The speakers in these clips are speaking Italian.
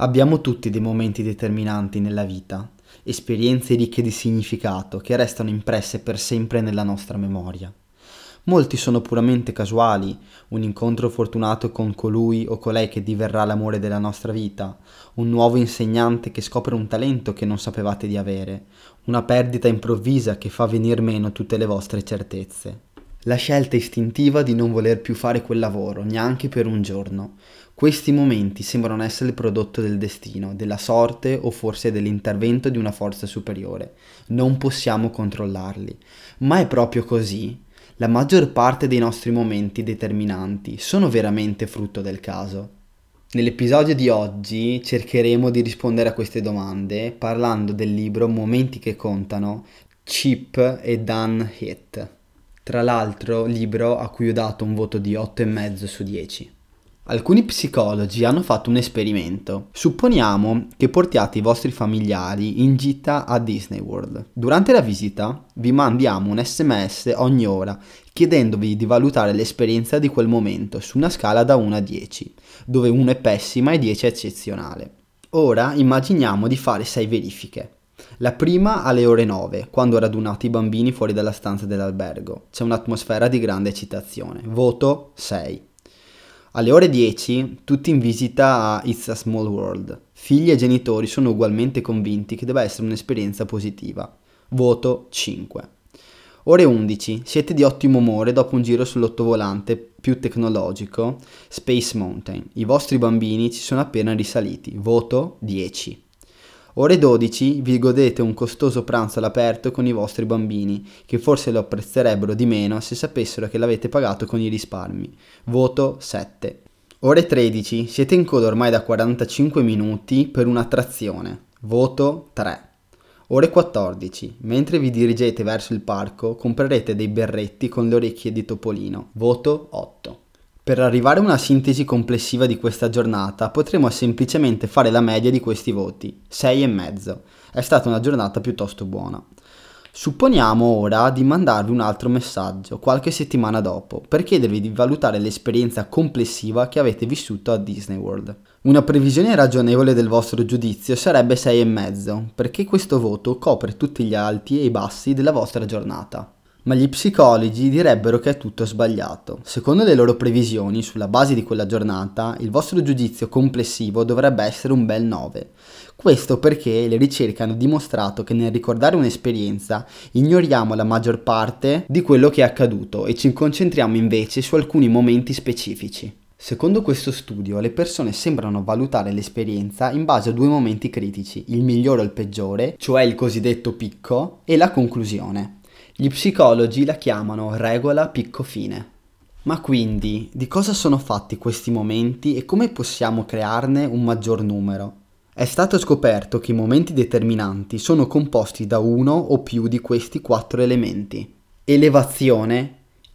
Abbiamo tutti dei momenti determinanti nella vita, esperienze ricche di significato che restano impresse per sempre nella nostra memoria. Molti sono puramente casuali, un incontro fortunato con colui o colei che diverrà l'amore della nostra vita, un nuovo insegnante che scopre un talento che non sapevate di avere, una perdita improvvisa che fa venir meno tutte le vostre certezze. La scelta istintiva di non voler più fare quel lavoro, neanche per un giorno. Questi momenti sembrano essere il prodotto del destino, della sorte o forse dell'intervento di una forza superiore. Non possiamo controllarli. Ma è proprio così? La maggior parte dei nostri momenti determinanti sono veramente frutto del caso? Nell'episodio di oggi cercheremo di rispondere a queste domande parlando del libro Momenti che contano, Chip e Dan Heath. Tra l'altro, libro a cui ho dato un voto di 8,5 su 10. Alcuni psicologi hanno fatto un esperimento. Supponiamo che portiate i vostri familiari in gita a Disney World. Durante la visita vi mandiamo un SMS ogni ora chiedendovi di valutare l'esperienza di quel momento su una scala da 1 a 10, dove 1 è pessima e 10 è eccezionale. Ora immaginiamo di fare 6 verifiche. La prima alle ore 9, quando radunate i bambini fuori dalla stanza dell'albergo. C'è un'atmosfera di grande eccitazione. Voto 6. Alle ore 10, tutti in visita a It's a Small World. Figli e genitori sono ugualmente convinti che debba essere un'esperienza positiva. Voto 5. Ore 11, siete di ottimo umore dopo un giro sull'ottovolante più tecnologico Space Mountain. I vostri bambini ci sono appena risaliti. Voto 10. Ore 12 vi godete un costoso pranzo all'aperto con i vostri bambini, che forse lo apprezzerebbero di meno se sapessero che l'avete pagato con i risparmi. Voto 7. Ore 13 siete in coda ormai da 45 minuti per un'attrazione. Voto 3. Ore 14. Mentre vi dirigete verso il parco, comprerete dei berretti con le orecchie di topolino. Voto 8. Per arrivare a una sintesi complessiva di questa giornata potremo semplicemente fare la media di questi voti, 6,5. È stata una giornata piuttosto buona. Supponiamo ora di mandarvi un altro messaggio qualche settimana dopo per chiedervi di valutare l'esperienza complessiva che avete vissuto a Disney World. Una previsione ragionevole del vostro giudizio sarebbe 6,5 perché questo voto copre tutti gli alti e i bassi della vostra giornata. Ma gli psicologi direbbero che è tutto sbagliato. Secondo le loro previsioni, sulla base di quella giornata, il vostro giudizio complessivo dovrebbe essere un bel 9. Questo perché le ricerche hanno dimostrato che nel ricordare un'esperienza ignoriamo la maggior parte di quello che è accaduto e ci concentriamo invece su alcuni momenti specifici. Secondo questo studio, le persone sembrano valutare l'esperienza in base a 2 momenti critici, il migliore o il peggiore, cioè il cosiddetto picco, e la conclusione. Gli psicologi la chiamano regola picco-fine. Ma quindi, di cosa sono fatti questi momenti e come possiamo crearne un maggior numero? È stato scoperto che i momenti determinanti sono composti da uno o più di questi 4 elementi: elevazione,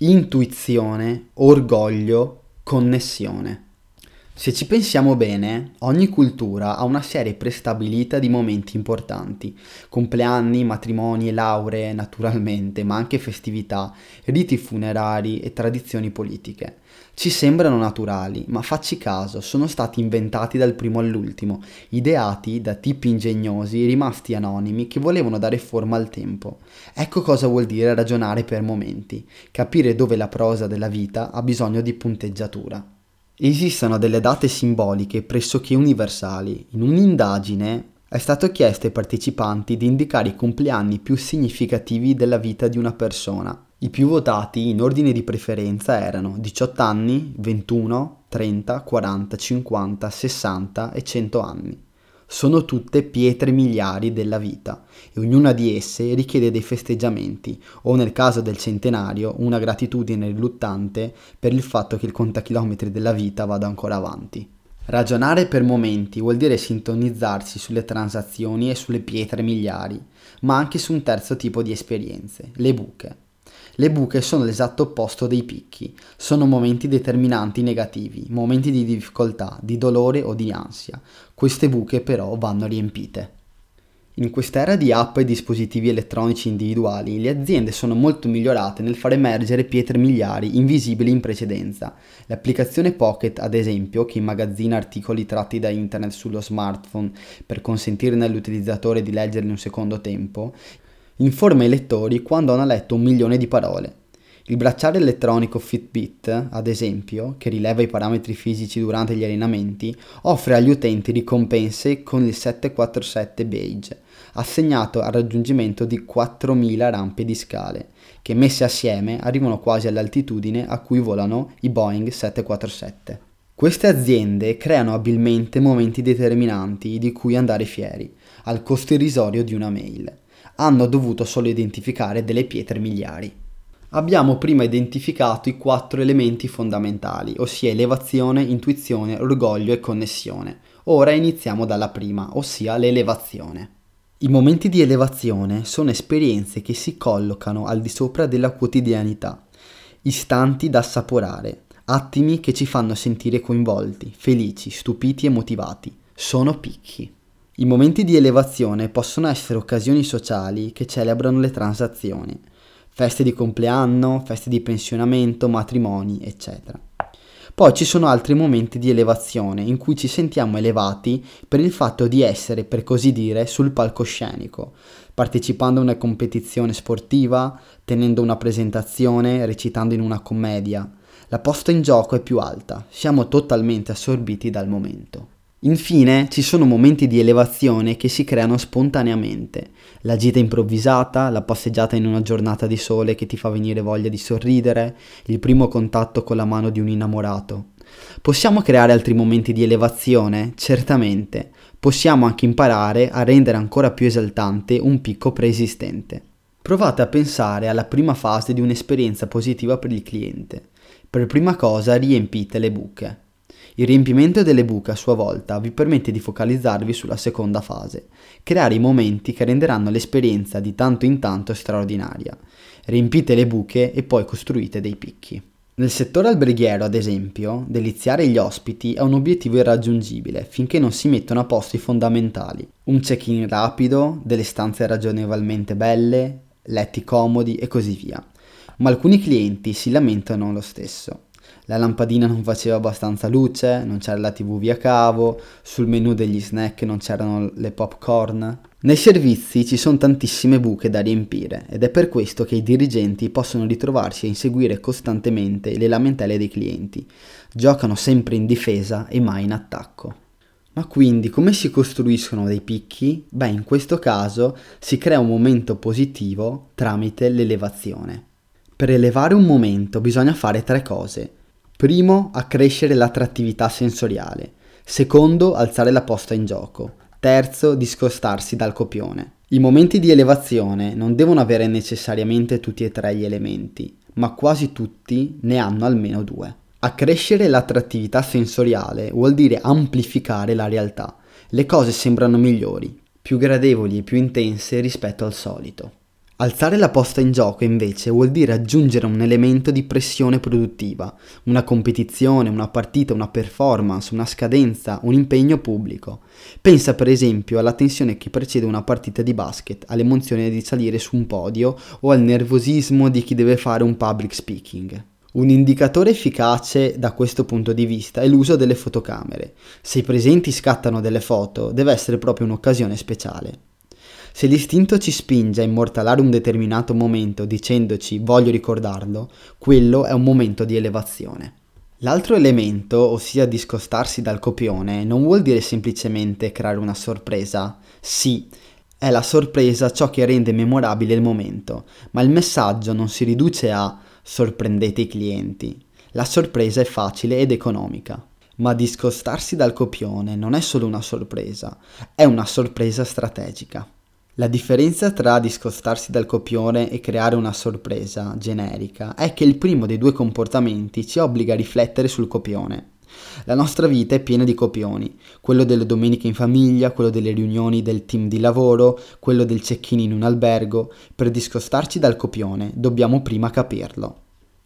intuizione, orgoglio, connessione. Se ci pensiamo bene, ogni cultura ha una serie prestabilita di momenti importanti, compleanni, matrimoni e lauree naturalmente, ma anche festività, riti funerari e tradizioni politiche. Ci sembrano naturali, ma facci caso, sono stati inventati dal primo all'ultimo, ideati da tipi ingegnosi rimasti anonimi che volevano dare forma al tempo. Ecco cosa vuol dire ragionare per momenti, capire dove la prosa della vita ha bisogno di punteggiatura. Esistono delle date simboliche pressoché universali. In un'indagine è stato chiesto ai partecipanti di indicare i compleanni più significativi della vita di una persona. I più votati in ordine di preferenza erano 18 anni, 21, 30, 40, 50, 60 e 100 anni. Sono tutte pietre miliari della vita e ognuna di esse richiede dei festeggiamenti o, nel caso del centenario, una gratitudine riluttante per il fatto che il contachilometri della vita vada ancora avanti. Ragionare per momenti vuol dire sintonizzarsi sulle transazioni e sulle pietre miliari, ma anche su un terzo tipo di esperienze, le buche. Le buche sono l'esatto opposto dei picchi, sono momenti determinanti negativi, momenti di difficoltà, di dolore o di ansia. Queste buche però vanno riempite. In quest'era di app e dispositivi elettronici individuali, le aziende sono molto migliorate nel far emergere pietre miliari invisibili in precedenza. L'applicazione Pocket, ad esempio, che immagazzina articoli tratti da internet sullo smartphone per consentirne all'utilizzatore di leggerli un secondo tempo, informa i lettori quando hanno letto 1 milione di parole. Il bracciale elettronico Fitbit, ad esempio, che rileva i parametri fisici durante gli allenamenti, offre agli utenti ricompense con il 747 Badge, assegnato al raggiungimento di 4.000 rampe di scale, che messe assieme arrivano quasi all'altitudine a cui volano i Boeing 747. Queste aziende creano abilmente momenti determinanti di cui andare fieri, al costo irrisorio di una mail. Hanno dovuto solo identificare delle pietre miliari. Abbiamo prima identificato i 4 elementi fondamentali, ossia elevazione, intuizione, orgoglio e connessione. Ora iniziamo dalla prima, ossia l'elevazione. I momenti di elevazione sono esperienze che si collocano al di sopra della quotidianità, istanti da assaporare, attimi che ci fanno sentire coinvolti, felici, stupiti e motivati. Sono picchi. I momenti di elevazione possono essere occasioni sociali che celebrano le transazioni, feste di compleanno, feste di pensionamento, matrimoni, eccetera. Poi ci sono altri momenti di elevazione in cui ci sentiamo elevati per il fatto di essere, per così dire, sul palcoscenico, partecipando a una competizione sportiva, tenendo una presentazione, recitando in una commedia. La posta in gioco è più alta, siamo totalmente assorbiti dal momento. Infine, ci sono momenti di elevazione che si creano spontaneamente. La gita improvvisata, la passeggiata in una giornata di sole che ti fa venire voglia di sorridere, il primo contatto con la mano di un innamorato. Possiamo creare altri momenti di elevazione? Certamente. Possiamo anche imparare a rendere ancora più esaltante un picco preesistente. Provate a pensare alla prima fase di un'esperienza positiva per il cliente. Per prima cosa riempite le buche. Il riempimento delle buche a sua volta vi permette di focalizzarvi sulla seconda fase, creare i momenti che renderanno l'esperienza di tanto in tanto straordinaria. Riempite le buche e poi costruite dei picchi. Nel settore alberghiero, ad esempio, deliziare gli ospiti è un obiettivo irraggiungibile finché non si mettono a posto i fondamentali. Un check-in rapido, delle stanze ragionevolmente belle, letti comodi e così via. Ma alcuni clienti si lamentano lo stesso. La lampadina non faceva abbastanza luce, non c'era la TV via cavo, sul menù degli snack non c'erano le popcorn. Nei servizi ci sono tantissime buche da riempire ed è per questo che i dirigenti possono ritrovarsi a inseguire costantemente le lamentele dei clienti. Giocano sempre in difesa e mai in attacco. Ma quindi come si costruiscono dei picchi? Beh, in questo caso si crea un momento positivo tramite l'elevazione. Per elevare un momento bisogna fare 3 cose. Primo, accrescere l'attrattività sensoriale. Secondo, alzare la posta in gioco. Terzo, discostarsi dal copione. I momenti di elevazione non devono avere necessariamente tutti e 3 gli elementi, ma quasi tutti ne hanno almeno 2. Accrescere l'attrattività sensoriale vuol dire amplificare la realtà. Le cose sembrano migliori, più gradevoli e più intense rispetto al solito. Alzare la posta in gioco invece vuol dire aggiungere un elemento di pressione produttiva, una competizione, una partita, una performance, una scadenza, un impegno pubblico. Pensa per esempio alla tensione che precede una partita di basket, all'emozione di salire su un podio o al nervosismo di chi deve fare un public speaking. Un indicatore efficace da questo punto di vista è l'uso delle fotocamere. Se i presenti scattano delle foto, deve essere proprio un'occasione speciale. Se l'istinto ci spinge a immortalare un determinato momento dicendoci voglio ricordarlo, quello è un momento di elevazione. L'altro elemento, ossia discostarsi dal copione, non vuol dire semplicemente creare una sorpresa. Sì, è la sorpresa ciò che rende memorabile il momento, ma il messaggio non si riduce a sorprendete i clienti. La sorpresa è facile ed economica. Ma discostarsi dal copione non è solo una sorpresa, è una sorpresa strategica. La differenza tra discostarsi dal copione e creare una sorpresa generica è che il primo dei 2 comportamenti ci obbliga a riflettere sul copione. La nostra vita è piena di copioni, quello delle domeniche in famiglia, quello delle riunioni del team di lavoro, quello del check-in in un albergo. Per discostarci dal copione dobbiamo prima capirlo.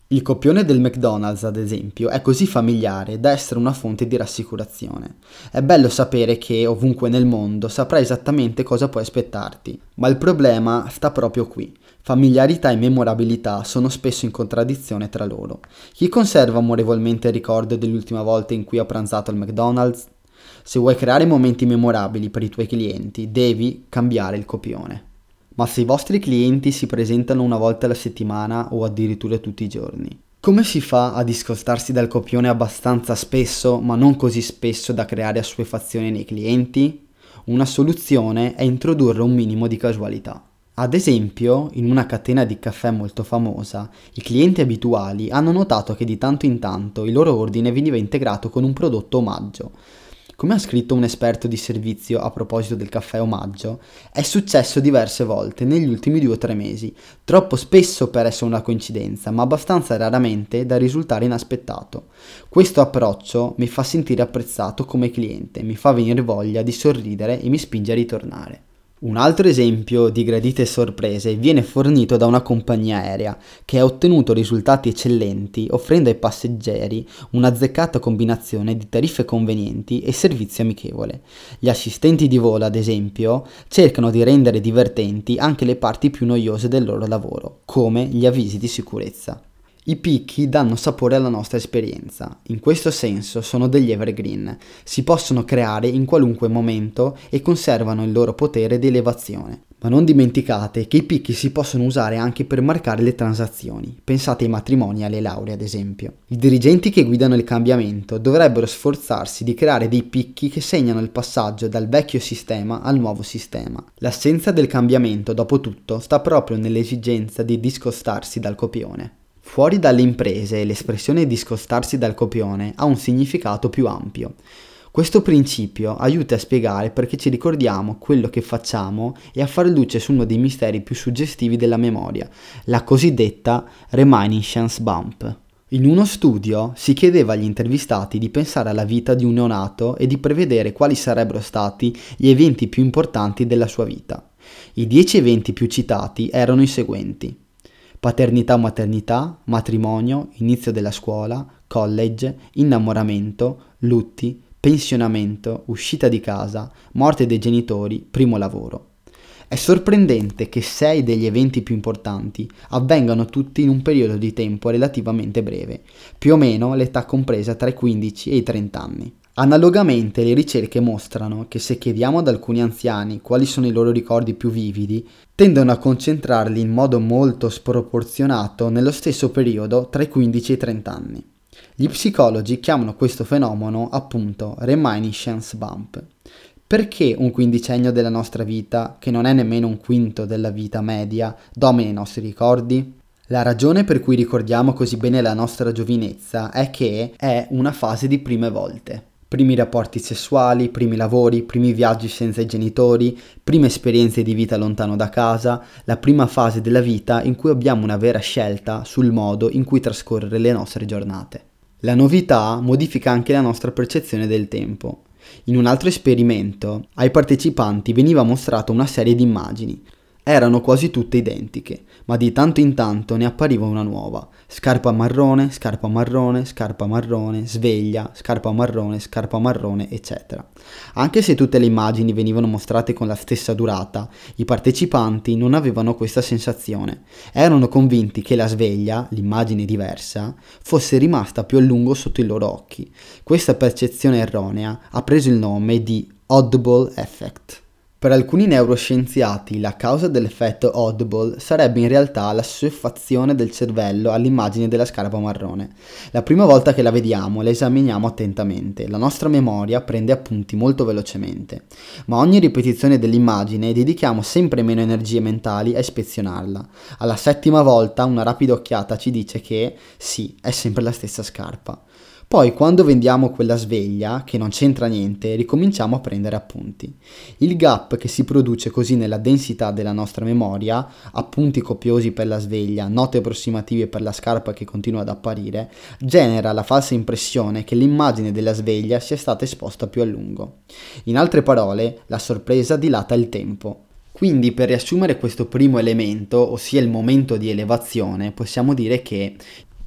Il copione del McDonald's, ad esempio, è così familiare da essere una fonte di rassicurazione. È bello sapere che ovunque nel mondo saprai esattamente cosa puoi aspettarti, ma il problema sta proprio qui. Familiarità e memorabilità sono spesso in contraddizione tra loro. Chi conserva amorevolmente il ricordo dell'ultima volta in cui ha pranzato al McDonald's? Se vuoi creare momenti memorabili per i tuoi clienti, devi cambiare il copione. Ma se i vostri clienti si presentano una volta alla settimana o addirittura tutti i giorni, come si fa a discostarsi dal copione abbastanza spesso, ma non così spesso da creare assuefazione nei clienti? Una soluzione è introdurre un minimo di casualità. Ad esempio, in una catena di caffè molto famosa, i clienti abituali hanno notato che di tanto in tanto il loro ordine veniva integrato con un prodotto omaggio. Come ha scritto un esperto di servizio a proposito del caffè omaggio, è successo diverse volte negli ultimi 2 o 3 mesi, troppo spesso per essere una coincidenza, ma abbastanza raramente da risultare inaspettato. Questo approccio mi fa sentire apprezzato come cliente, mi fa venire voglia di sorridere e mi spinge a ritornare. Un altro esempio di gradite sorprese viene fornito da una compagnia aerea che ha ottenuto risultati eccellenti offrendo ai passeggeri un'azzeccata combinazione di tariffe convenienti e servizio amichevole. Gli assistenti di volo, ad esempio, cercano di rendere divertenti anche le parti più noiose del loro lavoro, come gli avvisi di sicurezza. I picchi danno sapore alla nostra esperienza, in questo senso sono degli evergreen, si possono creare in qualunque momento e conservano il loro potere di elevazione. Ma non dimenticate che i picchi si possono usare anche per marcare le transazioni, pensate ai matrimoni e alle lauree ad esempio. I dirigenti che guidano il cambiamento dovrebbero sforzarsi di creare dei picchi che segnano il passaggio dal vecchio sistema al nuovo sistema. L'assenza del cambiamento, dopo tutto, sta proprio nell'esigenza di discostarsi dal copione. Fuori dalle imprese, l'espressione discostarsi dal copione ha un significato più ampio. Questo principio aiuta a spiegare perché ci ricordiamo quello che facciamo e a fare luce su uno dei misteri più suggestivi della memoria, la cosiddetta reminiscence bump. In uno studio si chiedeva agli intervistati di pensare alla vita di un neonato e di prevedere quali sarebbero stati gli eventi più importanti della sua vita. I 10 eventi più citati erano i seguenti: paternità o maternità, matrimonio, inizio della scuola, college, innamoramento, lutti, pensionamento, uscita di casa, morte dei genitori, primo lavoro. È sorprendente che 6 degli eventi più importanti avvengano tutti in un periodo di tempo relativamente breve, più o meno l'età compresa tra i 15 e i 30 anni. Analogamente, le ricerche mostrano che se chiediamo ad alcuni anziani quali sono i loro ricordi più vividi, tendono a concentrarli in modo molto sproporzionato nello stesso periodo tra i 15 e i 30 anni. Gli psicologi chiamano questo fenomeno appunto reminiscence bump. Perché un quindicennio della nostra vita, che non è nemmeno un quinto della vita media, domina i nostri ricordi? La ragione per cui ricordiamo così bene la nostra giovinezza è che è una fase di prime volte. Primi rapporti sessuali, primi lavori, primi viaggi senza i genitori, prime esperienze di vita lontano da casa, la prima fase della vita in cui abbiamo una vera scelta sul modo in cui trascorrere le nostre giornate. La novità modifica anche la nostra percezione del tempo. In un altro esperimento, ai partecipanti veniva mostrata una serie di immagini. Erano quasi tutte identiche, ma di tanto in tanto ne appariva una nuova. Scarpa marrone, scarpa marrone, scarpa marrone, sveglia, scarpa marrone, eccetera. Anche se tutte le immagini venivano mostrate con la stessa durata, i partecipanti non avevano questa sensazione. Erano convinti che la sveglia, l'immagine diversa, fosse rimasta più a lungo sotto i loro occhi. Questa percezione erronea ha preso il nome di Audible Effect. Per alcuni neuroscienziati la causa dell'effetto Audible sarebbe in realtà l'assuefazione del cervello all'immagine della scarpa marrone. La prima volta che la vediamo la esaminiamo attentamente, la nostra memoria prende appunti molto velocemente, ma ogni ripetizione dell'immagine dedichiamo sempre meno energie mentali a ispezionarla. Alla 7ª volta una rapida occhiata ci dice che sì, è sempre la stessa scarpa. Poi quando vendiamo quella sveglia, che non c'entra niente, ricominciamo a prendere appunti. Il gap che si produce così nella densità della nostra memoria, appunti copiosi per la sveglia, note approssimative per la scarpa che continua ad apparire, genera la falsa impressione che l'immagine della sveglia sia stata esposta più a lungo. In altre parole, la sorpresa dilata il tempo. Quindi per riassumere questo primo elemento, ossia il momento di elevazione, possiamo dire che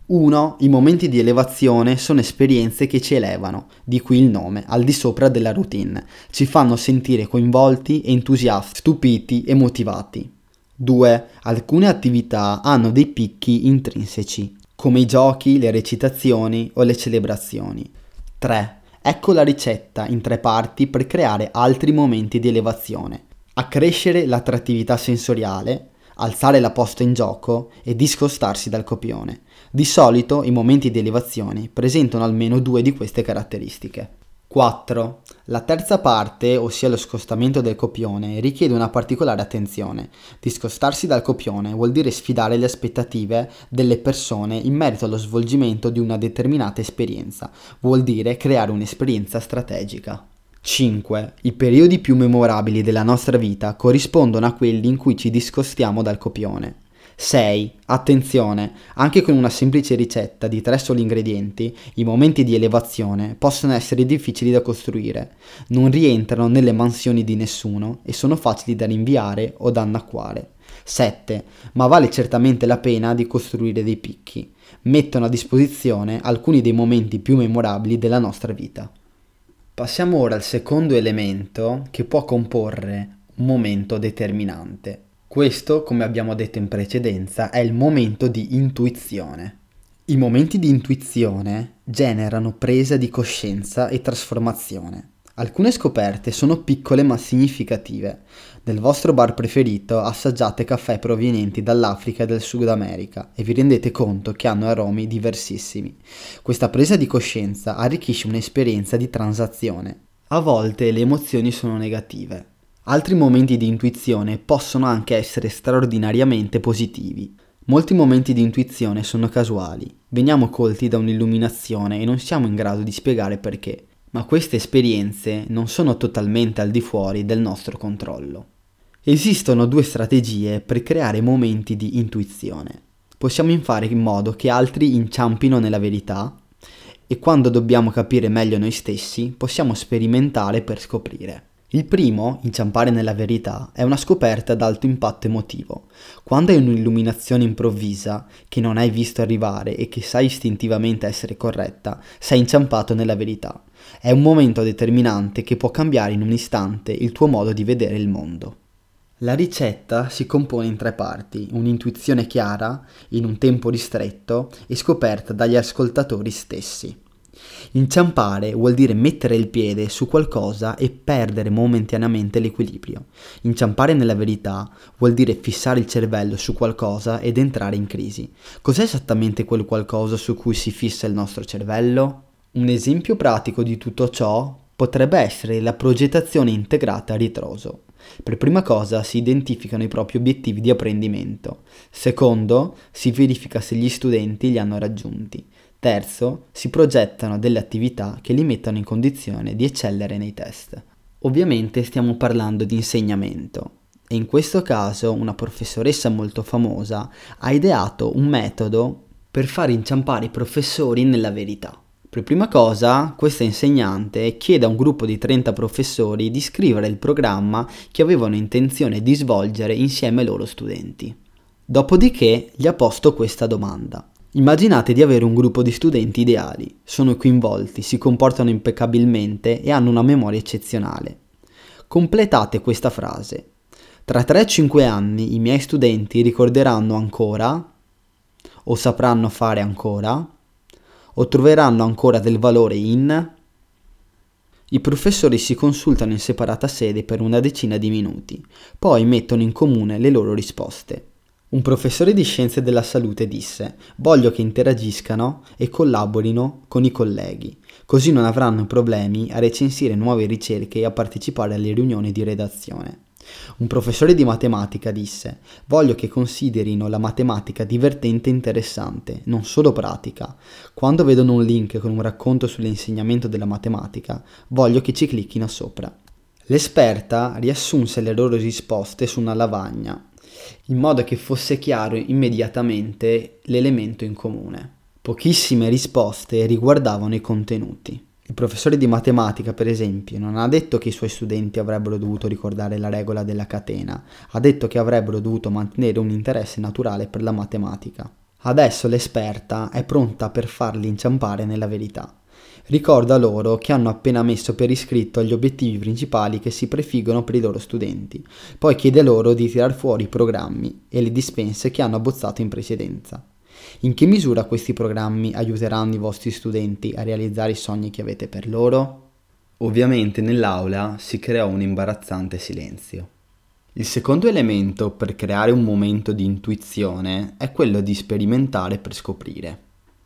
1. I momenti di elevazione sono esperienze che ci elevano, di cui il nome, al di sopra della routine, ci fanno sentire coinvolti, entusiasti, stupiti e motivati. 2. Alcune attività hanno dei picchi intrinseci, come i giochi, le recitazioni o le celebrazioni. 3. Ecco la ricetta in 3 parti per creare altri momenti di elevazione. Accrescere l'attrattività sensoriale, alzare la posta in gioco e discostarsi dal copione. Di solito i momenti di elevazione presentano almeno 2 di queste caratteristiche. 4. La terza parte, ossia lo scostamento del copione, richiede una particolare attenzione. Discostarsi dal copione vuol dire sfidare le aspettative delle persone in merito allo svolgimento di una determinata esperienza, vuol dire creare un'esperienza strategica. 5. I periodi più memorabili della nostra vita corrispondono a quelli in cui ci discostiamo dal copione. 6. Attenzione, anche con una semplice ricetta di 3 soli ingredienti, i momenti di elevazione possono essere difficili da costruire, non rientrano nelle mansioni di nessuno e sono facili da rinviare o da annacquare. 7. Ma vale certamente la pena di costruire dei picchi. Mettono a disposizione alcuni dei momenti più memorabili della nostra vita. Passiamo ora al secondo elemento che può comporre un momento determinante. Questo, come abbiamo detto in precedenza, è il momento di intuizione. I momenti di intuizione generano presa di coscienza e trasformazione. Alcune scoperte sono piccole ma significative. Nel vostro bar preferito assaggiate caffè provenienti dall'Africa e del Sud America e vi rendete conto che hanno aromi diversissimi. Questa presa di coscienza arricchisce un'esperienza di transazione. A volte le emozioni sono negative. Altri momenti di intuizione possono anche essere straordinariamente positivi. Molti momenti di intuizione sono casuali, veniamo colti da un'illuminazione e non siamo in grado di spiegare perché, ma queste esperienze non sono totalmente al di fuori del nostro controllo. Esistono 2 strategie per creare momenti di intuizione. Possiamo fare in modo che altri inciampino nella verità e quando dobbiamo capire meglio noi stessi possiamo sperimentare per scoprire. Il primo, inciampare nella verità, è una scoperta ad alto impatto emotivo. Quando hai un'illuminazione improvvisa, che non hai visto arrivare e che sai istintivamente essere corretta, sei inciampato nella verità. È un momento determinante che può cambiare in un istante il tuo modo di vedere il mondo. La ricetta si compone in 3 parti, un'intuizione chiara, in un tempo ristretto e scoperta dagli ascoltatori stessi. Inciampare vuol dire mettere il piede su qualcosa e perdere momentaneamente l'equilibrio. Inciampare nella verità vuol dire fissare il cervello su qualcosa ed entrare in crisi. Cos'è esattamente quel qualcosa su cui si fissa il nostro cervello? Un esempio pratico di tutto ciò potrebbe essere la progettazione integrata a ritroso. Per prima cosa si identificano i propri obiettivi di apprendimento. Secondo, si verifica se gli studenti li hanno raggiunti. Terzo, si progettano delle attività che li mettano in condizione di eccellere nei test. Ovviamente stiamo parlando di insegnamento e in questo caso una professoressa molto famosa ha ideato un metodo per far inciampare i professori nella verità. Per prima cosa, questa insegnante chiede a un gruppo di 30 professori di scrivere il programma che avevano intenzione di svolgere insieme ai loro studenti. Dopodiché gli ha posto questa domanda. Immaginate di avere un gruppo di studenti ideali, sono coinvolti, si comportano impeccabilmente e hanno una memoria eccezionale. Completate questa frase. Tra 3 e 5 anni i miei studenti ricorderanno ancora, o sapranno fare ancora, o troveranno ancora del valore in... I professori si consultano in separata sede per una decina di minuti, poi mettono in comune le loro risposte. Un professore di scienze della salute disse: voglio che interagiscano e collaborino con i colleghi, così non avranno problemi a recensire nuove ricerche e a partecipare alle riunioni di redazione. Un professore di matematica disse: voglio che considerino la matematica divertente e interessante, non solo pratica. Quando vedono un link con un racconto sull'insegnamento della matematica, voglio che ci clicchino sopra. L'esperta riassunse le loro risposte su una lavagna, in modo che fosse chiaro immediatamente l'elemento in comune. Pochissime risposte riguardavano i contenuti. Il professore di matematica, per esempio, non ha detto che i suoi studenti avrebbero dovuto ricordare la regola della catena, ha detto che avrebbero dovuto mantenere un interesse naturale per la matematica. Adesso l'esperta è pronta per farli inciampare nella verità. Ricorda loro che hanno appena messo per iscritto gli obiettivi principali che si prefiggono per i loro studenti, poi chiede loro di tirar fuori i programmi e le dispense che hanno abbozzato in precedenza. In che misura questi programmi aiuteranno i vostri studenti a realizzare i sogni che avete per loro? Ovviamente nell'aula si creò un imbarazzante silenzio. Il secondo elemento per creare un momento di intuizione è quello di sperimentare per scoprire.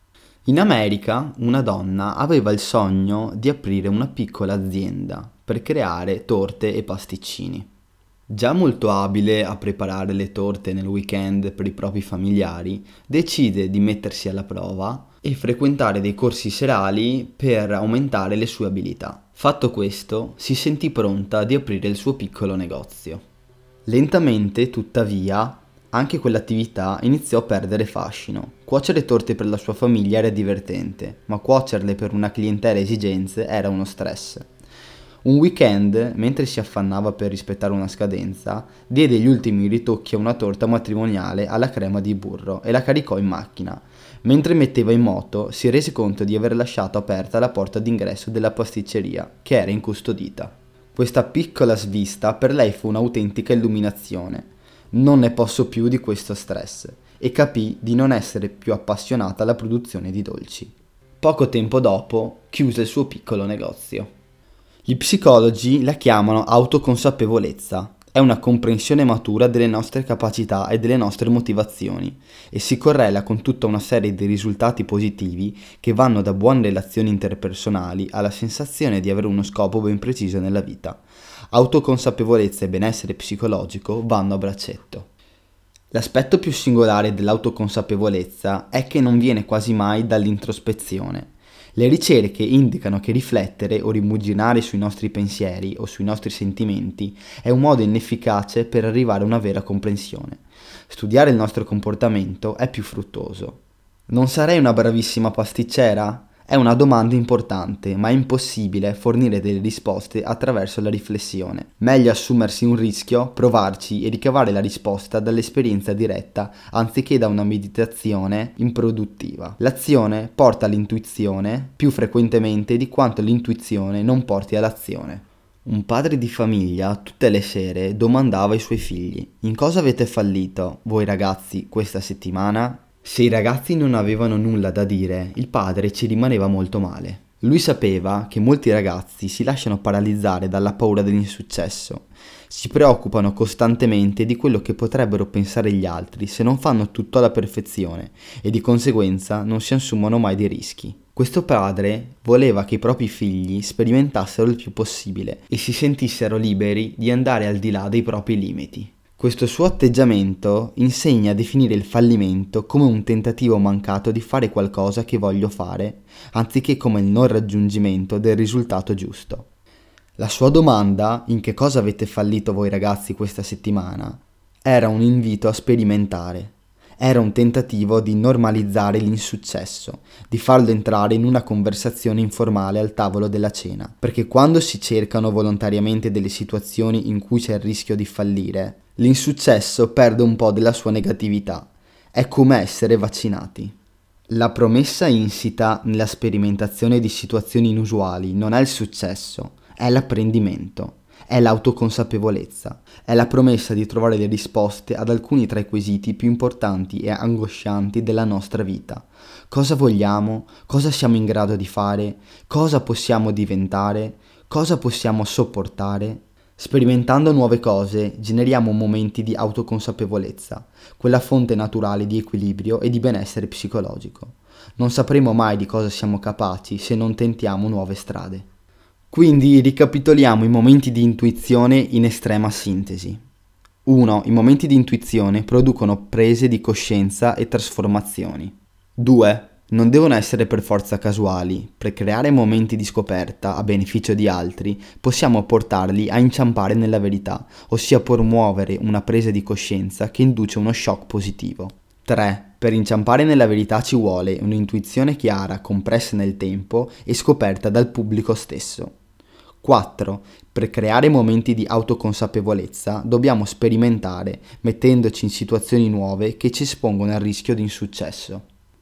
In America una donna aveva il sogno di aprire una piccola azienda per creare torte e pasticcini. Già molto abile a preparare le torte nel weekend per i propri familiari, decide di mettersi alla prova e frequentare dei corsi serali per aumentare le sue abilità. Fatto questo, si sentì pronta di aprire il suo piccolo negozio. Lentamente, tuttavia, anche quell'attività iniziò a perdere fascino. Cuocere torte per la sua famiglia era divertente, ma cuocerle per una clientela esigenze era uno stress. Un weekend, mentre si affannava per rispettare una scadenza, diede gli ultimi ritocchi a una torta matrimoniale alla crema di burro e la caricò in macchina. Mentre metteva in moto, si rese conto di aver lasciato aperta la porta d'ingresso della pasticceria, che era incustodita. Questa piccola svista per lei fu un'autentica illuminazione. Non ne posso più di questo stress, e capì di non essere più appassionata alla produzione di dolci. Poco tempo dopo chiuse il suo piccolo negozio. Gli psicologi la chiamano autoconsapevolezza. È una comprensione matura delle nostre capacità e delle nostre motivazioni e si correla con tutta una serie di risultati positivi che vanno da buone relazioni interpersonali alla sensazione di avere uno scopo ben preciso nella vita. Autoconsapevolezza e benessere psicologico vanno a braccetto. L'aspetto più singolare dell'autoconsapevolezza è che non viene quasi mai dall'introspezione. Le ricerche indicano che riflettere o rimuginare sui nostri pensieri o sui nostri sentimenti è un modo inefficace per arrivare a una vera comprensione. Studiare il nostro comportamento è più fruttuoso. Non sarei una bravissima pasticcera? È una domanda importante, ma è impossibile fornire delle risposte attraverso la riflessione. Meglio assumersi un rischio, provarci e ricavare la risposta dall'esperienza diretta, anziché da una meditazione improduttiva. L'azione porta all'intuizione più frequentemente di quanto l'intuizione non porti all'azione. Un padre di famiglia tutte le sere domandava ai suoi figli: in cosa avete fallito, voi ragazzi, questa settimana? Se i ragazzi non avevano nulla da dire, il padre ci rimaneva molto male. Lui sapeva che molti ragazzi si lasciano paralizzare dalla paura dell'insuccesso, si preoccupano costantemente di quello che potrebbero pensare gli altri se non fanno tutto alla perfezione e di conseguenza non si assumono mai dei rischi. Questo padre voleva che i propri figli sperimentassero il più possibile e si sentissero liberi di andare al di là dei propri limiti. Questo suo atteggiamento insegna a definire il fallimento come un tentativo mancato di fare qualcosa che voglio fare, anziché come il non raggiungimento del risultato giusto. La sua domanda, in che cosa avete fallito voi ragazzi questa settimana, era un invito a sperimentare. Era un tentativo di normalizzare l'insuccesso, di farlo entrare in una conversazione informale al tavolo della cena, perché quando si cercano volontariamente delle situazioni in cui c'è il rischio di fallire, l'insuccesso perde un po' della sua negatività. È come essere vaccinati. La promessa insita nella sperimentazione di situazioni inusuali non è il successo, è l'apprendimento. È l'autoconsapevolezza, è la promessa di trovare le risposte ad alcuni tra i quesiti più importanti e angoscianti della nostra vita. Cosa vogliamo? Cosa siamo in grado di fare? Cosa possiamo diventare? Cosa possiamo sopportare? Sperimentando nuove cose generiamo momenti di autoconsapevolezza, quella fonte naturale di equilibrio e di benessere psicologico. Non sapremo mai di cosa siamo capaci se non tentiamo nuove strade. Quindi ricapitoliamo i momenti di intuizione in estrema sintesi. 1. I momenti di intuizione producono prese di coscienza e trasformazioni. 2. Non devono essere per forza casuali. Per creare momenti di scoperta a beneficio di altri, possiamo portarli a inciampare nella verità, ossia promuovere una presa di coscienza che induce uno shock positivo. 3. Per inciampare nella verità ci vuole un'intuizione chiara, compressa nel tempo e scoperta dal pubblico stesso. 4. Per creare momenti di autoconsapevolezza dobbiamo sperimentare, mettendoci in situazioni nuove che ci espongono al rischio di insuccesso.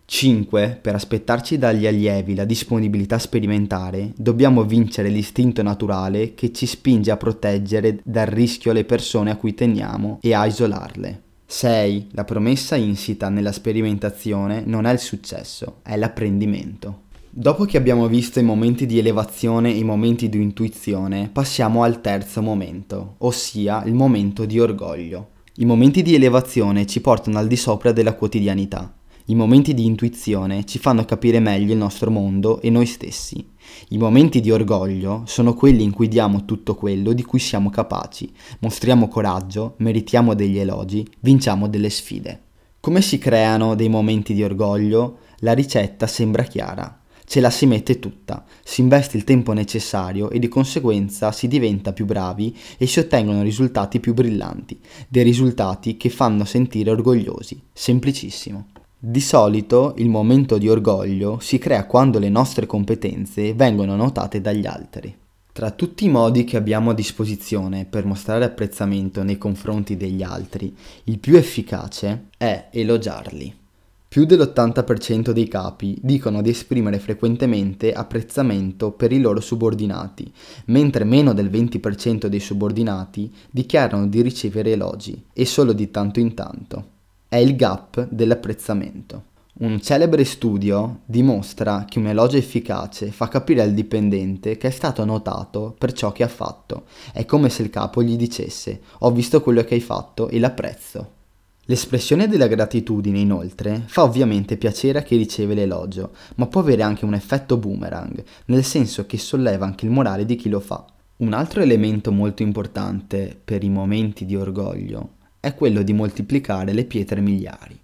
5. Per aspettarci dagli allievi la disponibilità a sperimentare, dobbiamo vincere l'istinto naturale che ci spinge a proteggere dal rischio le persone a cui teniamo e a isolarle. 6. La promessa insita nella sperimentazione non è il successo, è l'apprendimento. Dopo che abbiamo visto i momenti di elevazione e i momenti di intuizione, passiamo al terzo momento, ossia il momento di orgoglio. I momenti di elevazione ci portano al di sopra della quotidianità. I momenti di intuizione ci fanno capire meglio il nostro mondo e noi stessi. I momenti di orgoglio sono quelli in cui diamo tutto quello di cui siamo capaci, mostriamo coraggio, meritiamo degli elogi, vinciamo delle sfide. Come si creano dei momenti di orgoglio? La ricetta sembra chiara. Ce la si mette tutta, si investe il tempo necessario e di conseguenza si diventa più bravi e si ottengono risultati più brillanti, dei risultati che fanno sentire orgogliosi. Semplicissimo. Di solito il momento di orgoglio si crea quando le nostre competenze vengono notate dagli altri. Tra tutti i modi che abbiamo a disposizione per mostrare apprezzamento nei confronti degli altri, il più efficace è elogiarli. Più dell'80% dei capi dicono di esprimere frequentemente apprezzamento per i loro subordinati, mentre meno del 20% dei subordinati dichiarano di ricevere elogi, e solo di tanto in tanto. È il gap dell'apprezzamento. Un celebre studio dimostra che un elogio efficace fa capire al dipendente che è stato notato per ciò che ha fatto. È come se il capo gli dicesse: ho visto quello che hai fatto e l'apprezzo. L'espressione della gratitudine, inoltre, fa ovviamente piacere a chi riceve l'elogio, ma può avere anche un effetto boomerang, nel senso che solleva anche il morale di chi lo fa. Un altro elemento molto importante per i momenti di orgoglio è quello di moltiplicare le pietre miliari.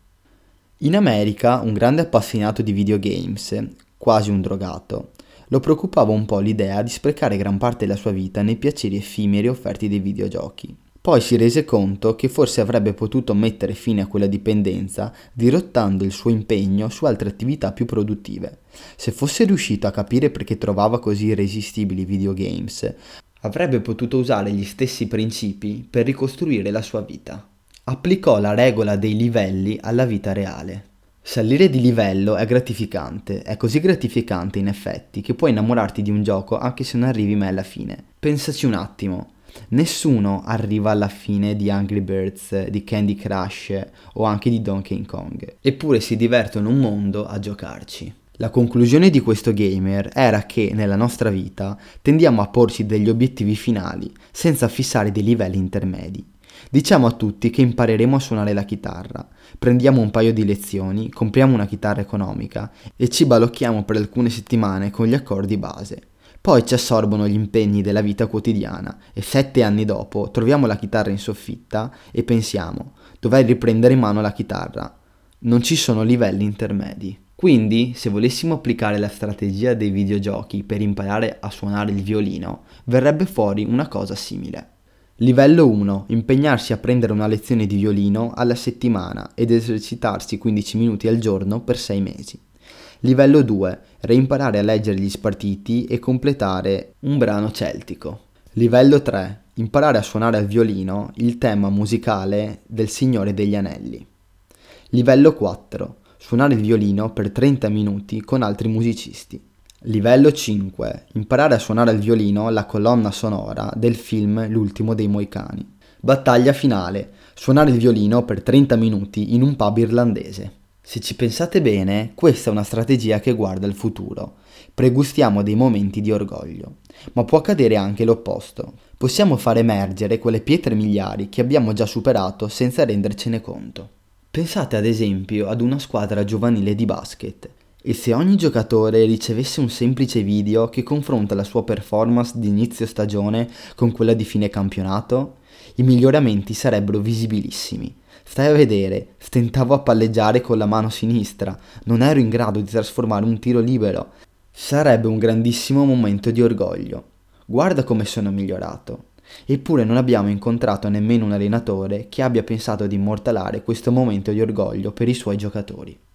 In America, un grande appassionato di videogames, quasi un drogato, lo preoccupava un po' l'idea di sprecare gran parte della sua vita nei piaceri effimeri offerti dai videogiochi. Poi si rese conto che forse avrebbe potuto mettere fine a quella dipendenza dirottando il suo impegno su altre attività più produttive. Se fosse riuscito a capire perché trovava così irresistibili i videogames, avrebbe potuto usare gli stessi principi per ricostruire la sua vita. Applicò la regola dei livelli alla vita reale. Salire di livello è gratificante, è così gratificante in effetti che puoi innamorarti di un gioco anche se non arrivi mai alla fine. Pensaci un attimo. Nessuno arriva alla fine di Angry Birds, di Candy Crush o anche di Donkey Kong, eppure si divertono un mondo a giocarci. La conclusione di questo gamer era che nella nostra vita tendiamo a porci degli obiettivi finali senza fissare dei livelli intermedi. Diciamo a tutti che impareremo a suonare la chitarra, prendiamo un paio di lezioni, compriamo una chitarra economica e ci balocchiamo per alcune settimane con gli accordi base. Poi ci assorbono gli impegni della vita quotidiana e 7 anni dopo troviamo la chitarra in soffitta e pensiamo: dovrei riprendere in mano la chitarra. Non ci sono livelli intermedi. Quindi, se volessimo applicare la strategia dei videogiochi per imparare a suonare il violino, verrebbe fuori una cosa simile. Livello 1. Impegnarsi a prendere una lezione di violino alla settimana ed esercitarsi 15 minuti al giorno per 6 mesi. Livello 2. Reimparare a leggere gli spartiti e completare un brano celtico. Livello 3. Imparare a suonare al violino il tema musicale del Signore degli Anelli. Livello 4. Suonare il violino per 30 minuti con altri musicisti. Livello 5. Imparare a suonare al violino la colonna sonora del film L'ultimo dei Moicani. Battaglia finale. Suonare il violino per 30 minuti in un pub irlandese. Se ci pensate bene, questa è una strategia che guarda il futuro. Pregustiamo dei momenti di orgoglio. Ma può accadere anche l'opposto. Possiamo far emergere quelle pietre miliari che abbiamo già superato senza rendercene conto. Pensate ad esempio ad una squadra giovanile di basket. E se ogni giocatore ricevesse un semplice video che confronta la sua performance di inizio stagione con quella di fine campionato? I miglioramenti sarebbero visibilissimi. Stai a vedere, stentavo a palleggiare con la mano sinistra, non ero in grado di trasformare un tiro libero. Sarebbe un grandissimo momento di orgoglio. Guarda come sono migliorato. Eppure non abbiamo incontrato nemmeno un allenatore che abbia pensato di immortalare questo momento di orgoglio per i suoi giocatori.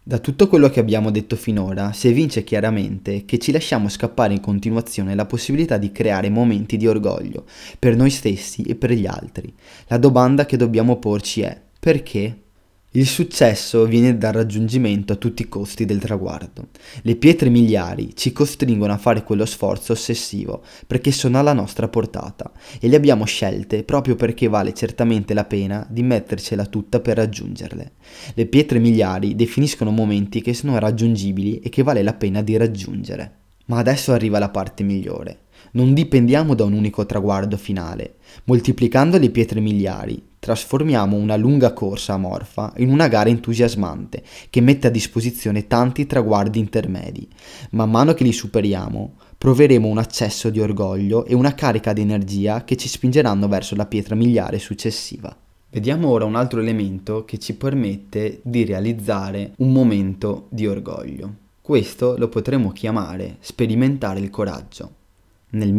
Da tutto quello che abbiamo detto finora, si evince chiaramente che ci lasciamo scappare in continuazione la possibilità di creare momenti di orgoglio per noi stessi e per gli altri. La domanda che dobbiamo porci è: perché? Il successo viene dal raggiungimento a tutti i costi del traguardo. Le pietre miliari ci costringono a fare quello sforzo ossessivo perché sono alla nostra portata e le abbiamo scelte proprio perché vale certamente la pena di mettercela tutta per raggiungerle. Le pietre miliari definiscono momenti che sono raggiungibili e che vale la pena di raggiungere. Ma adesso arriva la parte migliore. Non dipendiamo da un unico traguardo finale. Moltiplicando le pietre miliari, trasformiamo una lunga corsa amorfa in una gara entusiasmante che mette a disposizione tanti traguardi intermedi. Man mano che li superiamo, proveremo un accesso di orgoglio e una carica di energia che ci spingeranno verso la pietra miliare successiva. Vediamo ora un altro elemento che ci permette di realizzare un momento di orgoglio. Questo lo potremmo chiamare sperimentare il coraggio. Nel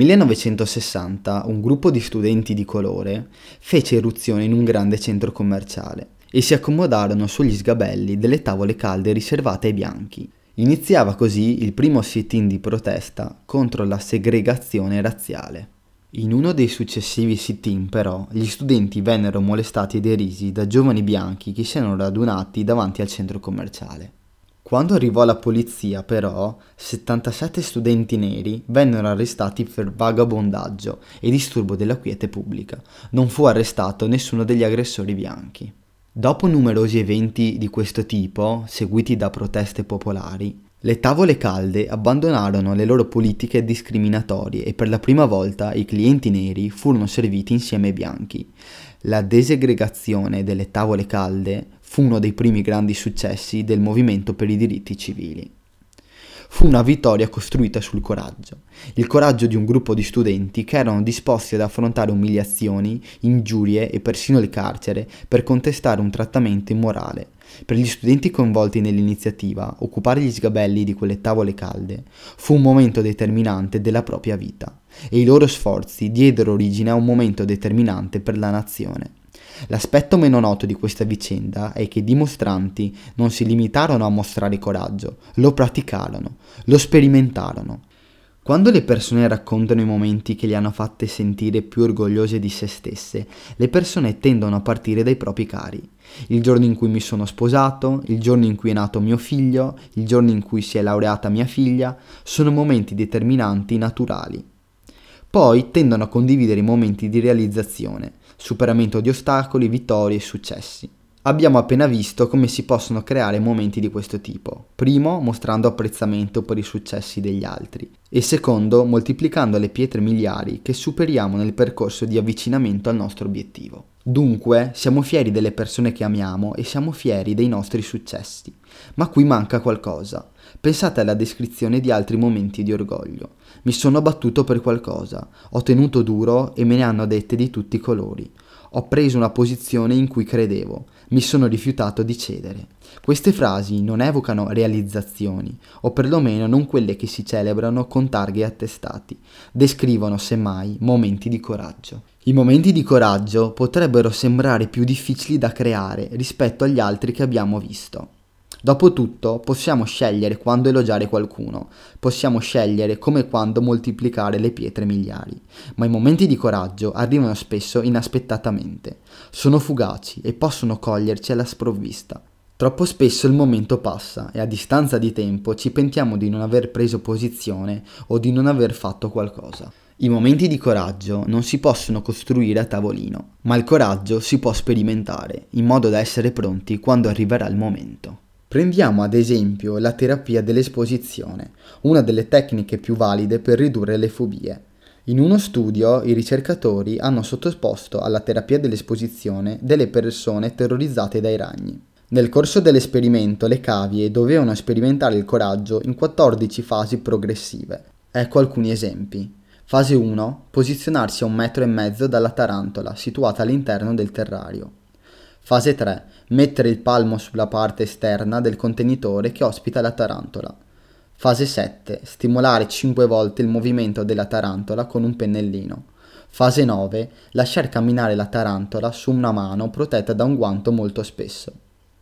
1960 un gruppo di studenti di colore fece irruzione in un grande centro commerciale e si accomodarono sugli sgabelli delle tavole calde riservate ai bianchi. Iniziava così il primo sit-in di protesta contro la segregazione razziale. In uno dei successivi sit-in però gli studenti vennero molestati e derisi da giovani bianchi che si erano radunati davanti al centro commerciale. Quando arrivò la polizia, però, 77 studenti neri vennero arrestati per vagabondaggio e disturbo della quiete pubblica. Non fu arrestato nessuno degli aggressori bianchi. Dopo numerosi eventi di questo tipo, seguiti da proteste popolari, le tavole calde abbandonarono le loro politiche discriminatorie e per la prima volta i clienti neri furono serviti insieme ai bianchi. La desegregazione delle tavole calde fu uno dei primi grandi successi del movimento per i diritti civili. Fu una vittoria costruita sul coraggio, il coraggio di un gruppo di studenti che erano disposti ad affrontare umiliazioni, ingiurie e persino il carcere per contestare un trattamento immorale. Per gli studenti coinvolti nell'iniziativa, occupare gli sgabelli di quelle tavole calde fu un momento determinante della propria vita e i loro sforzi diedero origine a un momento determinante per la nazione. L'aspetto meno noto di questa vicenda è che i dimostranti non si limitarono a mostrare coraggio, lo praticarono, lo sperimentarono. Quando le persone raccontano i momenti che li hanno fatte sentire più orgogliose di se stesse, le persone tendono a partire dai propri cari. Il giorno in cui mi sono sposato, il giorno in cui è nato mio figlio, il giorno in cui si è laureata mia figlia, sono momenti determinanti naturali. Poi tendono a condividere i momenti di realizzazione, superamento di ostacoli, vittorie e successi. Abbiamo appena visto come si possono creare momenti di questo tipo. Primo, mostrando apprezzamento per i successi degli altri e secondo, moltiplicando le pietre miliari che superiamo nel percorso di avvicinamento al nostro obiettivo. Dunque, siamo fieri delle persone che amiamo e siamo fieri dei nostri successi. Ma qui manca qualcosa. Pensate alla descrizione di altri momenti di orgoglio. Mi sono battuto per qualcosa, ho tenuto duro e me ne hanno dette di tutti i colori. Ho preso una posizione in cui credevo, mi sono rifiutato di cedere. Queste frasi non evocano realizzazioni, o perlomeno non quelle che si celebrano con targhe e attestati. Descrivono, semmai, momenti di coraggio. I momenti di coraggio potrebbero sembrare più difficili da creare rispetto agli altri che abbiamo visto. Dopotutto, possiamo scegliere quando elogiare qualcuno, possiamo scegliere come e quando moltiplicare le pietre miliari, ma i momenti di coraggio arrivano spesso inaspettatamente, sono fugaci e possono coglierci alla sprovvista. Troppo spesso il momento passa e a distanza di tempo ci pentiamo di non aver preso posizione o di non aver fatto qualcosa. I momenti di coraggio non si possono costruire a tavolino, ma il coraggio si può sperimentare, in modo da essere pronti quando arriverà il momento. Prendiamo ad esempio la terapia dell'esposizione, una delle tecniche più valide per ridurre le fobie. In uno studio i ricercatori hanno sottoposto alla terapia dell'esposizione delle persone terrorizzate dai ragni. Nel corso dell'esperimento le cavie dovevano sperimentare il coraggio in 14 fasi progressive. Ecco alcuni esempi. Fase 1. Posizionarsi a 1,5 metri dalla tarantola situata all'interno del terrario. Fase 3. Mettere il palmo sulla parte esterna del contenitore che ospita la tarantola. Fase 7. Stimolare 5 volte il movimento della tarantola con un pennellino. Fase 9. Lasciar camminare la tarantola su una mano protetta da un guanto molto spesso.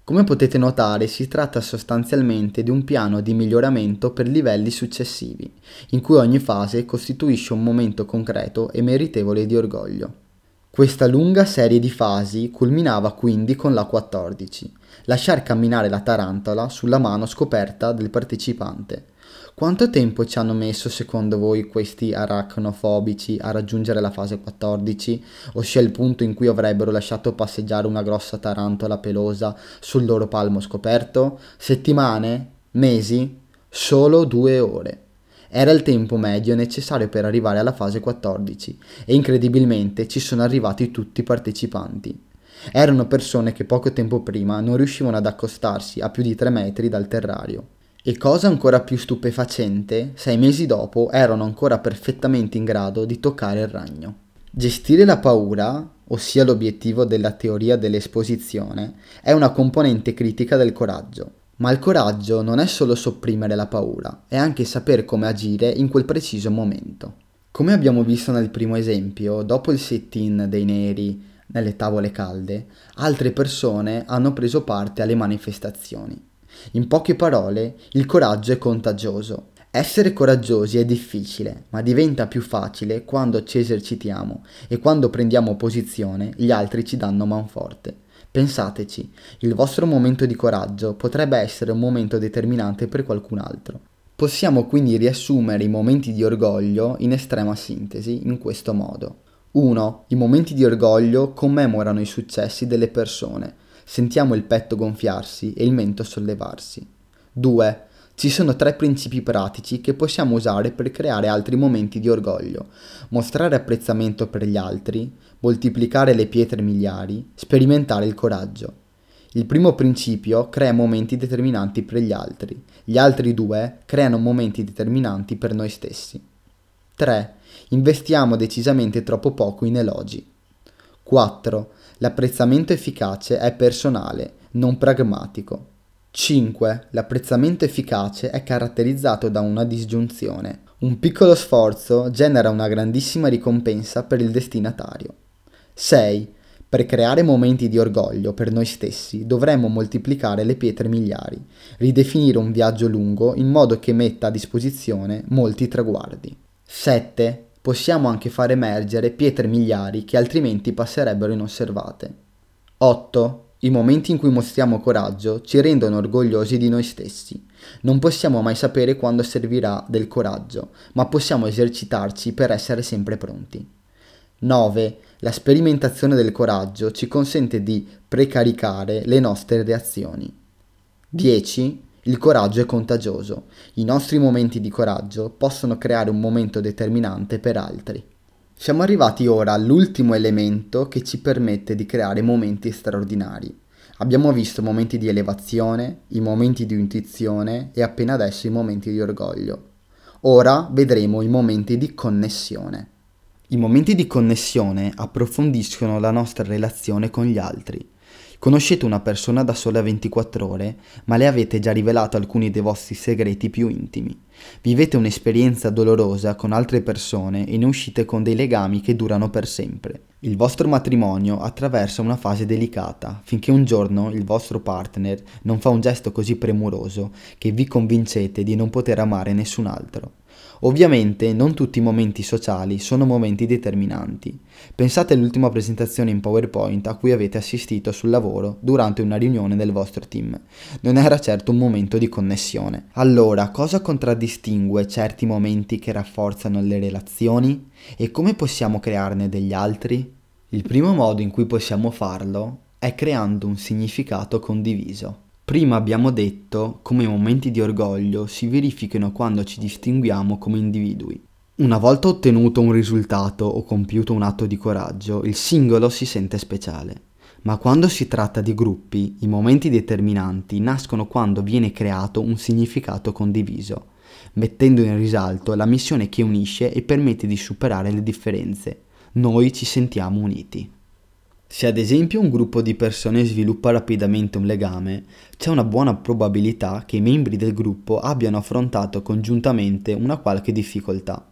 Come potete notare, si tratta sostanzialmente di un piano di miglioramento per livelli successivi, in cui ogni fase costituisce un momento concreto e meritevole di orgoglio. Questa lunga serie di fasi culminava quindi con la 14, lasciar camminare la tarantola sulla mano scoperta del partecipante. Quanto tempo ci hanno messo secondo voi questi aracnofobici a raggiungere la fase 14, ossia il punto in cui avrebbero lasciato passeggiare una grossa tarantola pelosa sul loro palmo scoperto? Settimane? Mesi? Solo 2 ore. Era il tempo medio necessario per arrivare alla fase 14 e incredibilmente ci sono arrivati tutti i partecipanti. Erano persone che poco tempo prima non riuscivano ad accostarsi a più di 3 metri dal terrario. E cosa ancora più stupefacente, 6 mesi dopo erano ancora perfettamente in grado di toccare il ragno. Gestire la paura, ossia l'obiettivo della teoria dell'esposizione, è una componente critica del coraggio. Ma il coraggio non è solo sopprimere la paura, è anche saper come agire in quel preciso momento. Come abbiamo visto nel primo esempio, dopo il sit-in dei neri nelle tavole calde, altre persone hanno preso parte alle manifestazioni. In poche parole, il coraggio è contagioso. Essere coraggiosi è difficile, ma diventa più facile quando ci esercitiamo e quando prendiamo posizione, gli altri ci danno manforte. Pensateci, il vostro momento di coraggio potrebbe essere un momento determinante per qualcun altro. Possiamo quindi riassumere i momenti di orgoglio in estrema sintesi in questo modo. 1. I momenti di orgoglio commemorano i successi delle persone. Sentiamo il petto gonfiarsi e il mento sollevarsi. 2. Ci sono 3 principi pratici che possiamo usare per creare altri momenti di orgoglio. Mostrare apprezzamento per gli altri, moltiplicare le pietre miliari, sperimentare il coraggio. Il primo principio crea momenti determinanti per gli altri. Gli altri 2 creano momenti determinanti per noi stessi. 3. Investiamo decisamente troppo poco in elogi. 4. L'apprezzamento efficace è personale, non pragmatico. 5. L'apprezzamento efficace è caratterizzato da una disgiunzione. Un piccolo sforzo genera una grandissima ricompensa per il destinatario. 6. Per creare momenti di orgoglio per noi stessi dovremmo moltiplicare le pietre miliari, ridefinire un viaggio lungo in modo che metta a disposizione molti traguardi. 7. Possiamo anche far emergere pietre miliari che altrimenti passerebbero inosservate. 8. I momenti in cui mostriamo coraggio ci rendono orgogliosi di noi stessi. Non possiamo mai sapere quando servirà del coraggio, ma possiamo esercitarci per essere sempre pronti. 9. La sperimentazione del coraggio ci consente di precaricare le nostre reazioni. 10. Il coraggio è contagioso. I nostri momenti di coraggio possono creare un momento determinante per altri. Siamo arrivati ora all'ultimo elemento che ci permette di creare momenti straordinari. Abbiamo visto momenti di elevazione, i momenti di intuizione e appena adesso i momenti di orgoglio. Ora vedremo i momenti di connessione. I momenti di connessione approfondiscono la nostra relazione con gli altri. Conoscete una persona da sole 24 ore, ma le avete già rivelato alcuni dei vostri segreti più intimi. Vivete un'esperienza dolorosa con altre persone e ne uscite con dei legami che durano per sempre. Il vostro matrimonio attraversa una fase delicata, finché un giorno il vostro partner non fa un gesto così premuroso che vi convincete di non poter amare nessun altro. Ovviamente non tutti i momenti sociali sono momenti determinanti. Pensate all'ultima presentazione in PowerPoint a cui avete assistito sul lavoro durante una riunione del vostro team. Non era certo un momento di connessione. Allora, cosa contraddistingue certi momenti che rafforzano le relazioni? E come possiamo crearne degli altri? Il primo modo in cui possiamo farlo è creando un significato condiviso. Prima abbiamo detto come i momenti di orgoglio si verificano quando ci distinguiamo come individui. Una volta ottenuto un risultato o compiuto un atto di coraggio, il singolo si sente speciale. Ma quando si tratta di gruppi, i momenti determinanti nascono quando viene creato un significato condiviso, mettendo in risalto la missione che unisce e permette di superare le differenze. Noi ci sentiamo uniti. Se ad esempio un gruppo di persone sviluppa rapidamente un legame, c'è una buona probabilità che i membri del gruppo abbiano affrontato congiuntamente una qualche difficoltà.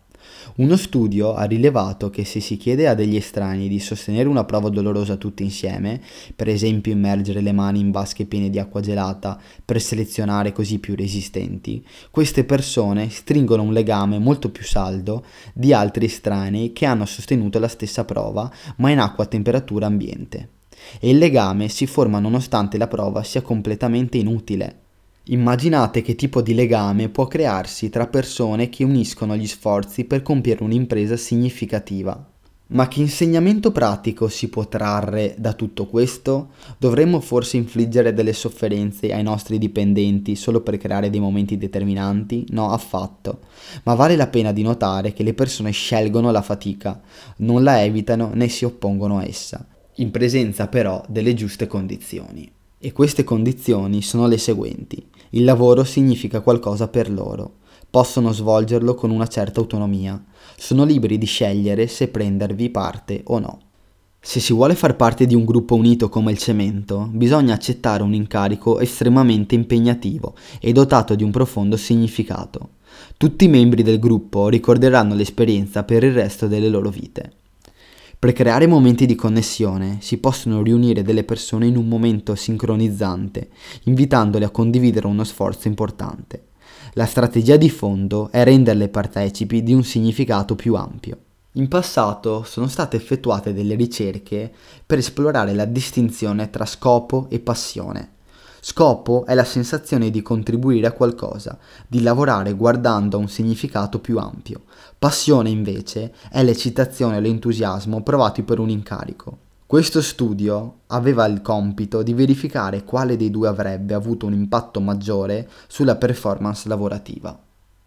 Uno studio ha rilevato che se si chiede a degli estranei di sostenere una prova dolorosa tutti insieme, per esempio immergere le mani in vasche piene di acqua gelata per selezionare così più resistenti, queste persone stringono un legame molto più saldo di altri estranei che hanno sostenuto la stessa prova ma in acqua a temperatura ambiente. E il legame si forma nonostante la prova sia completamente inutile. Immaginate che tipo di legame può crearsi tra persone che uniscono gli sforzi per compiere un'impresa significativa. Ma che insegnamento pratico si può trarre da tutto questo? Dovremmo forse infliggere delle sofferenze ai nostri dipendenti solo per creare dei momenti determinanti? No, affatto. Ma vale la pena di notare che le persone scelgono la fatica, non la evitano né si oppongono a essa, in presenza però delle giuste condizioni. E queste condizioni sono le seguenti. Il lavoro significa qualcosa per loro. Possono svolgerlo con una certa autonomia. Sono liberi di scegliere se prendervi parte o no. Se si vuole far parte di un gruppo unito come il cemento, bisogna accettare un incarico estremamente impegnativo e dotato di un profondo significato. Tutti i membri del gruppo ricorderanno l'esperienza per il resto delle loro vite. Per creare momenti di connessione si possono riunire delle persone in un momento sincronizzante, invitandole a condividere uno sforzo importante. La strategia di fondo è renderle partecipi di un significato più ampio. In passato sono state effettuate delle ricerche per esplorare la distinzione tra scopo e passione. Scopo è la sensazione di contribuire a qualcosa, di lavorare guardando a un significato più ampio. Passione invece è l'eccitazione e l'entusiasmo provati per un incarico. Questo studio aveva il compito di verificare quale dei due avrebbe avuto un impatto maggiore sulla performance lavorativa.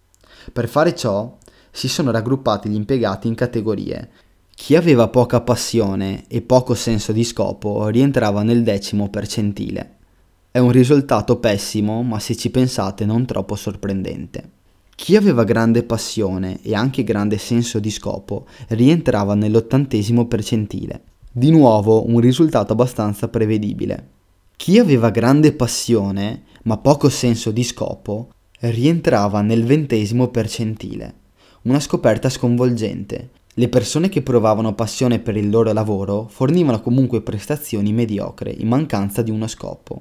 Per fare ciò si sono raggruppati gli impiegati in categorie. Chi aveva poca passione e poco senso di scopo rientrava nel 10° percentile. È un risultato pessimo, ma se ci pensate non troppo sorprendente. Chi aveva grande passione e anche grande senso di scopo rientrava nell'80° percentile. Di nuovo un risultato abbastanza prevedibile. Chi aveva grande passione ma poco senso di scopo rientrava nel 20° percentile. Una scoperta sconvolgente. Le persone che provavano passione per il loro lavoro fornivano comunque prestazioni mediocre in mancanza di uno scopo.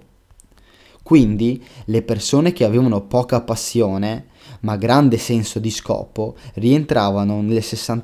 Quindi le persone che avevano poca passione ma grande senso di scopo rientravano nel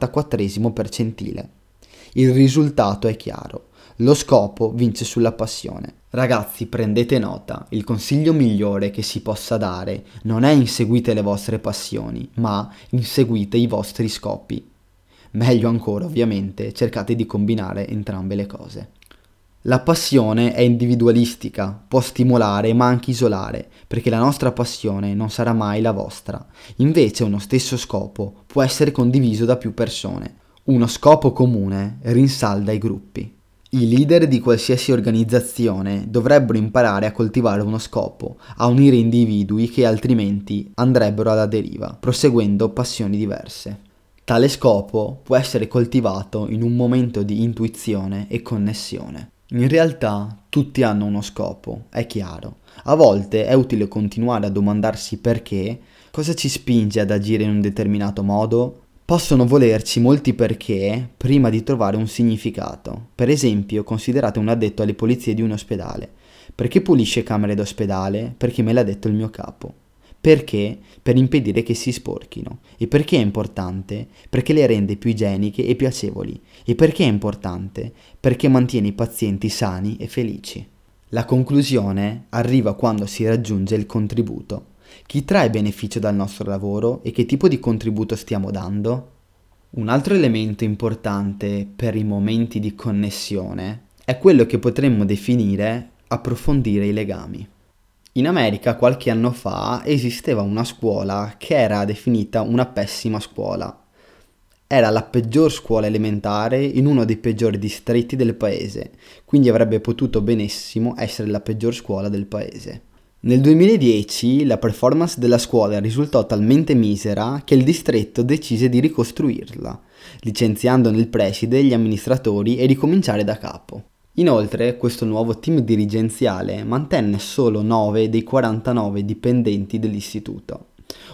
64° percentile. Il risultato è chiaro. Lo scopo vince sulla passione. Ragazzi, prendete nota, il consiglio migliore che si possa dare non è inseguite le vostre passioni, ma inseguite i vostri scopi. Meglio ancora, ovviamente, cercate di combinare entrambe le cose. La passione è individualistica, può stimolare ma anche isolare, perché la nostra passione non sarà mai la vostra. Invece uno stesso scopo può essere condiviso da più persone. Uno scopo comune rinsalda i gruppi. I leader di qualsiasi organizzazione dovrebbero imparare a coltivare uno scopo, a unire individui che altrimenti andrebbero alla deriva, proseguendo passioni diverse. Tale scopo può essere coltivato in un momento di intuizione e connessione. In realtà tutti hanno uno scopo, è chiaro. A volte è utile continuare a domandarsi perché, cosa ci spinge ad agire in un determinato modo. Possono volerci molti perché prima di trovare un significato. Per esempio, considerate un addetto alle pulizie di un ospedale. Perché pulisce camere d'ospedale? Perché me l'ha detto il mio capo. Perché? Per impedire che si sporchino. E perché è importante? Perché le rende più igieniche e piacevoli. E perché è importante? Perché mantiene i pazienti sani e felici. La conclusione arriva quando si raggiunge il contributo. Chi trae beneficio dal nostro lavoro e che tipo di contributo stiamo dando? Un altro elemento importante per i momenti di connessione è quello che potremmo definire approfondire i legami. In America qualche anno fa esisteva una scuola che era definita una pessima scuola. Era la peggior scuola elementare in uno dei peggiori distretti del paese, quindi avrebbe potuto benissimo essere la peggior scuola del paese. Nel 2010 la performance della scuola risultò talmente misera che il distretto decise di ricostruirla, licenziandone il preside e gli amministratori e ricominciare da capo. Inoltre, questo nuovo team dirigenziale mantenne solo 9 dei 49 dipendenti dell'istituto.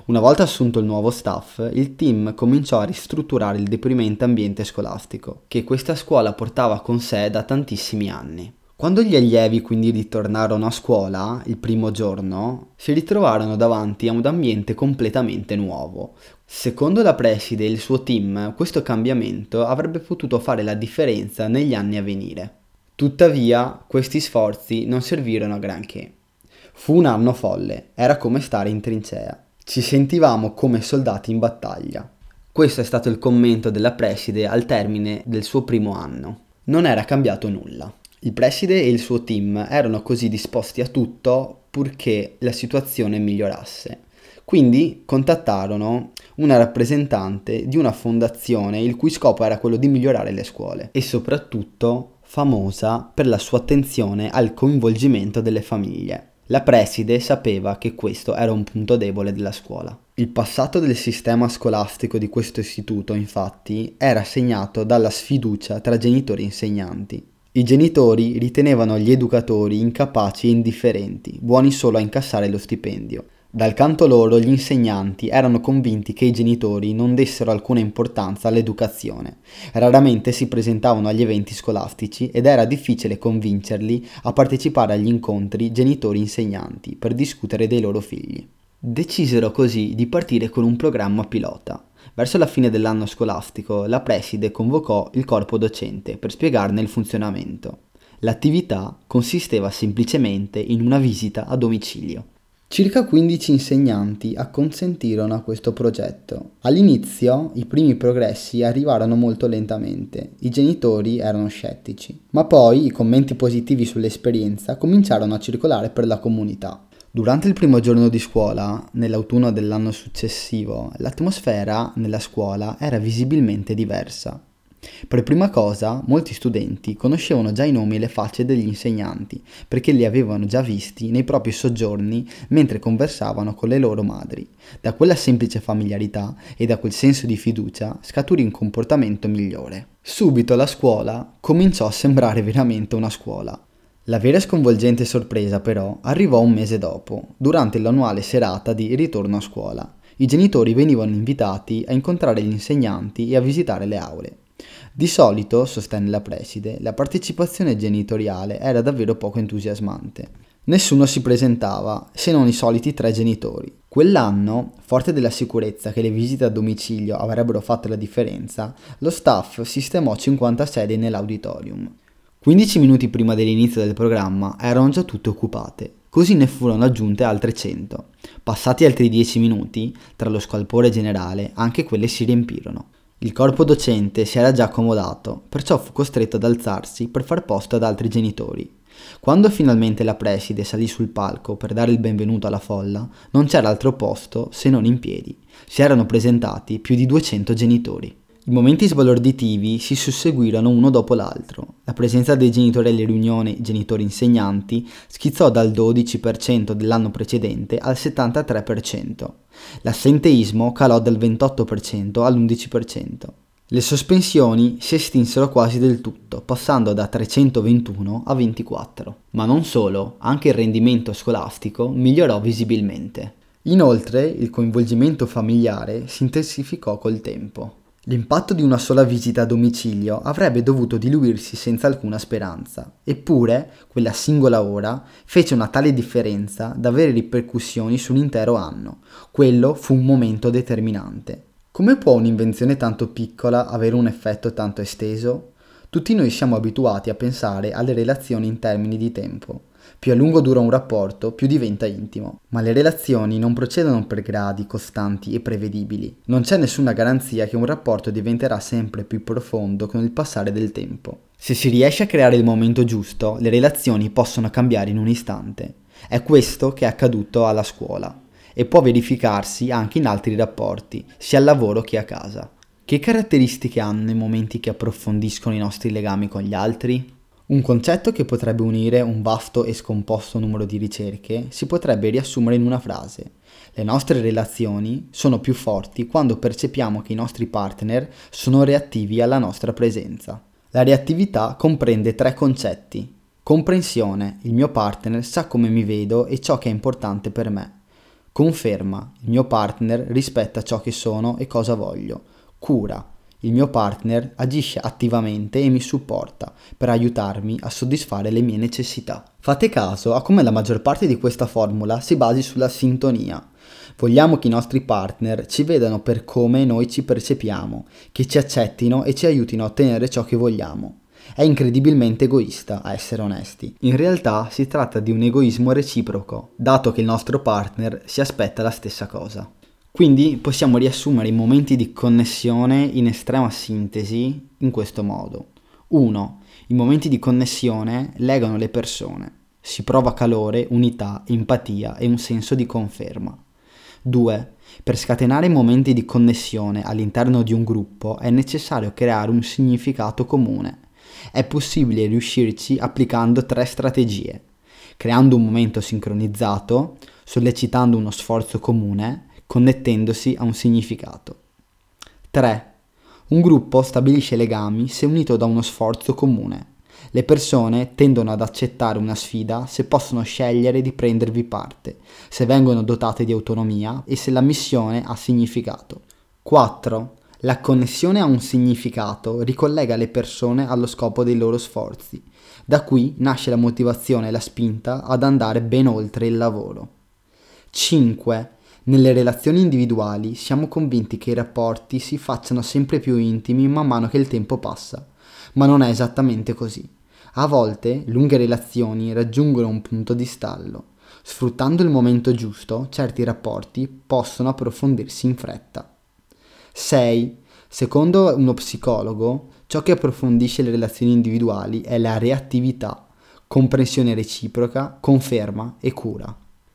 Una volta assunto il nuovo staff, il team cominciò a ristrutturare il deprimente ambiente scolastico, che questa scuola portava con sé da tantissimi anni. Quando gli allievi quindi ritornarono a scuola, il primo giorno, si ritrovarono davanti a un ambiente completamente nuovo. Secondo la preside e il suo team, questo cambiamento avrebbe potuto fare la differenza negli anni a venire. Tuttavia, questi sforzi non servirono a granché. Fu un anno folle, era come stare in trincea. Ci sentivamo come soldati in battaglia. Questo è stato il commento della preside al termine del suo primo anno. Non era cambiato nulla. Il preside e il suo team erano così disposti a tutto purché la situazione migliorasse. Quindi contattarono una rappresentante di una fondazione il cui scopo era quello di migliorare le scuole e soprattutto famosa per la sua attenzione al coinvolgimento delle famiglie. La preside sapeva che questo era un punto debole della scuola. Il passato del sistema scolastico di questo istituto, infatti, era segnato dalla sfiducia tra genitori e insegnanti. I genitori ritenevano gli educatori incapaci e indifferenti, buoni solo a incassare lo stipendio. Dal canto loro gli insegnanti erano convinti che i genitori non dessero alcuna importanza all'educazione. Raramente si presentavano agli eventi scolastici ed era difficile convincerli a partecipare agli incontri genitori-insegnanti per discutere dei loro figli. Decisero così di partire con un programma pilota. Verso la fine dell'anno scolastico, la preside convocò il corpo docente per spiegarne il funzionamento. L'attività consisteva semplicemente in una visita a domicilio. Circa 15 insegnanti acconsentirono a questo progetto. All'inizio i primi progressi arrivarono molto lentamente, i genitori erano scettici, ma poi i commenti positivi sull'esperienza cominciarono a circolare per la comunità. Durante il primo giorno di scuola, nell'autunno dell'anno successivo, l'atmosfera nella scuola era visibilmente diversa. Per prima cosa, molti studenti conoscevano già i nomi e le facce degli insegnanti, perché li avevano già visti nei propri soggiorni mentre conversavano con le loro madri. Da quella semplice familiarità e da quel senso di fiducia scaturì un comportamento migliore. Subito la scuola cominciò a sembrare veramente una scuola. La vera e sconvolgente sorpresa però arrivò un mese dopo, durante l'annuale serata di ritorno a scuola. I genitori venivano invitati a incontrare gli insegnanti e a visitare le aule. Di solito, sostenne la preside, la partecipazione genitoriale era davvero poco entusiasmante. Nessuno si presentava, se non i soliti 3 genitori. Quell'anno, forte della sicurezza che le visite a domicilio avrebbero fatto la differenza, lo staff sistemò 50 sedie nell'auditorium. 15 minuti prima dell'inizio del programma erano già tutte occupate, così ne furono aggiunte altre 100. Passati altri 10 minuti, tra lo scalpore generale, anche quelle si riempirono. Il corpo docente si era già accomodato, perciò fu costretto ad alzarsi per far posto ad altri genitori. Quando finalmente la preside salì sul palco per dare il benvenuto alla folla, non c'era altro posto se non in piedi. Si erano presentati più di 200 genitori. I momenti sbalorditivi si susseguirono uno dopo l'altro. La presenza dei genitori alle riunioni genitori-insegnanti schizzò dal 12% dell'anno precedente al 73%. L'assenteismo calò dal 28% all'11%. Le sospensioni si estinsero quasi del tutto, passando da 321 a 24. Ma non solo, anche il rendimento scolastico migliorò visibilmente. Inoltre, il coinvolgimento familiare si intensificò col tempo. L'impatto di una sola visita a domicilio avrebbe dovuto diluirsi senza alcuna speranza, eppure quella singola ora fece una tale differenza da avere ripercussioni su un intero anno. Quello fu un momento determinante. Come può un'invenzione tanto piccola avere un effetto tanto esteso? Tutti noi siamo abituati a pensare alle relazioni in termini di tempo. Più a lungo dura un rapporto, più diventa intimo. Ma le relazioni non procedono per gradi costanti e prevedibili. Non c'è nessuna garanzia che un rapporto diventerà sempre più profondo con il passare del tempo. Se si riesce a creare il momento giusto, le relazioni possono cambiare in un istante. È questo che è accaduto alla scuola e può verificarsi anche in altri rapporti, sia al lavoro che a casa. Che caratteristiche hanno i momenti che approfondiscono i nostri legami con gli altri? Un concetto che potrebbe unire un vasto e scomposto numero di ricerche si potrebbe riassumere in una frase. Le nostre relazioni sono più forti quando percepiamo che i nostri partner sono reattivi alla nostra presenza. La reattività comprende 3 concetti. Comprensione, il mio partner sa come mi vedo e ciò che è importante per me. Conferma, il mio partner rispetta ciò che sono e cosa voglio. Cura, il mio partner agisce attivamente e mi supporta per aiutarmi a soddisfare le mie necessità. Fate caso a come la maggior parte di questa formula si basi sulla sintonia. Vogliamo che i nostri partner ci vedano per come noi ci percepiamo, che ci accettino e ci aiutino a ottenere ciò che vogliamo. È incredibilmente egoista, a essere onesti. In realtà si tratta di un egoismo reciproco, dato che il nostro partner si aspetta la stessa cosa. Quindi possiamo riassumere i momenti di connessione in estrema sintesi in questo modo. 1. I momenti di connessione legano le persone. Si prova calore, unità, empatia e un senso di conferma. 2. Per scatenare momenti di connessione all'interno di un gruppo è necessario creare un significato comune. È possibile riuscirci applicando 3 strategie: creando un momento sincronizzato, sollecitando uno sforzo comune, connettendosi a un significato. 3. Un gruppo stabilisce legami se unito da uno sforzo comune. Le persone tendono ad accettare una sfida se possono scegliere di prendervi parte, se vengono dotate di autonomia e se la missione ha significato. 4. La connessione a un significato ricollega le persone allo scopo dei loro sforzi. Da qui nasce la motivazione e la spinta ad andare ben oltre il lavoro. 5. Nelle relazioni individuali siamo convinti che i rapporti si facciano sempre più intimi man mano che il tempo passa, ma non è esattamente così. A volte lunghe relazioni raggiungono un punto di stallo. Sfruttando il momento giusto, certi rapporti possono approfondirsi in fretta. 6. Secondo uno psicologo, ciò che approfondisce le relazioni individuali è la reattività, comprensione reciproca, conferma e cura.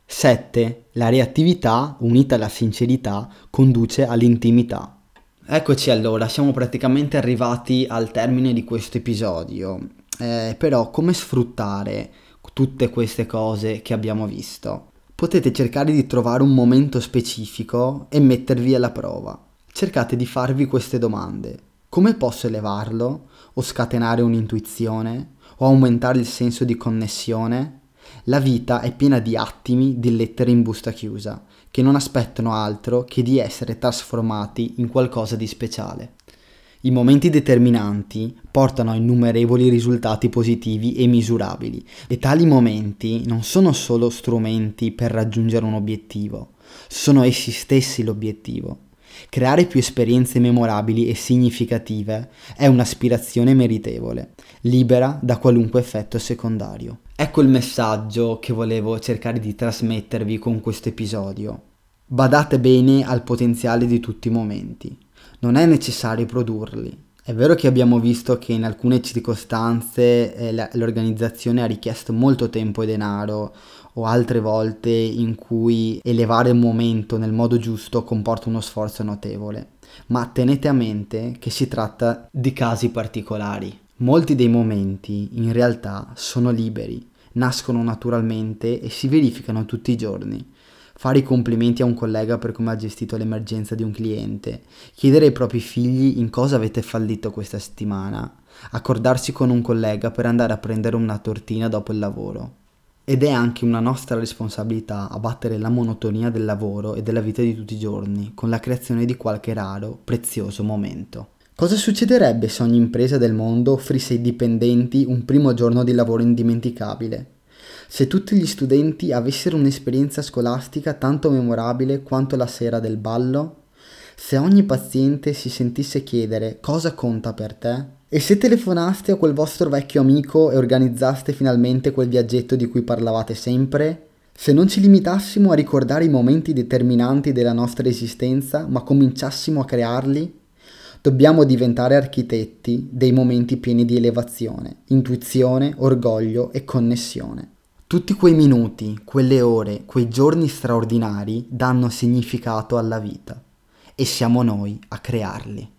7. La reattività, unita alla sincerità, conduce all'intimità. Eccoci allora, siamo praticamente arrivati al termine di questo episodio. Però come sfruttare tutte queste cose che abbiamo visto? Potete cercare di trovare un momento specifico e mettervi alla prova. Cercate di farvi queste domande: come posso elevarlo o scatenare un'intuizione o aumentare il senso di connessione? La vita è piena di attimi, di lettere in busta chiusa, che non aspettano altro che di essere trasformati in qualcosa di speciale. I momenti determinanti portano a innumerevoli risultati positivi e misurabili, e tali momenti non sono solo strumenti per raggiungere un obiettivo, sono essi stessi l'obiettivo. Creare più esperienze memorabili e significative è un'aspirazione meritevole, libera da qualunque effetto secondario. Ecco il messaggio che volevo cercare di trasmettervi con questo episodio. Badate bene al potenziale di tutti i momenti. Non è necessario produrli. È vero che abbiamo visto che in alcune circostanze l'organizzazione ha richiesto molto tempo e denaro, o altre volte in cui elevare il momento nel modo giusto comporta uno sforzo notevole. Ma tenete a mente che si tratta di casi particolari. Molti dei momenti in realtà sono liberi, nascono naturalmente e si verificano tutti i giorni. Fare i complimenti a un collega per come ha gestito l'emergenza di un cliente, chiedere ai propri figli in cosa avete fallito questa settimana, accordarsi con un collega per andare a prendere una tortina dopo il lavoro. Ed è anche una nostra responsabilità abbattere la monotonia del lavoro e della vita di tutti i giorni con la creazione di qualche raro, prezioso momento. Cosa succederebbe se ogni impresa del mondo offrisse ai dipendenti un primo giorno di lavoro indimenticabile? Se tutti gli studenti avessero un'esperienza scolastica tanto memorabile quanto la sera del ballo? Se ogni paziente si sentisse chiedere cosa conta per te? E se telefonaste a quel vostro vecchio amico e organizzaste finalmente quel viaggetto di cui parlavate sempre? Se non ci limitassimo a ricordare i momenti determinanti della nostra esistenza, ma cominciassimo a crearli? Dobbiamo diventare architetti dei momenti pieni di elevazione, intuizione, orgoglio e connessione. Tutti quei minuti, quelle ore, quei giorni straordinari danno significato alla vita e siamo noi a crearli.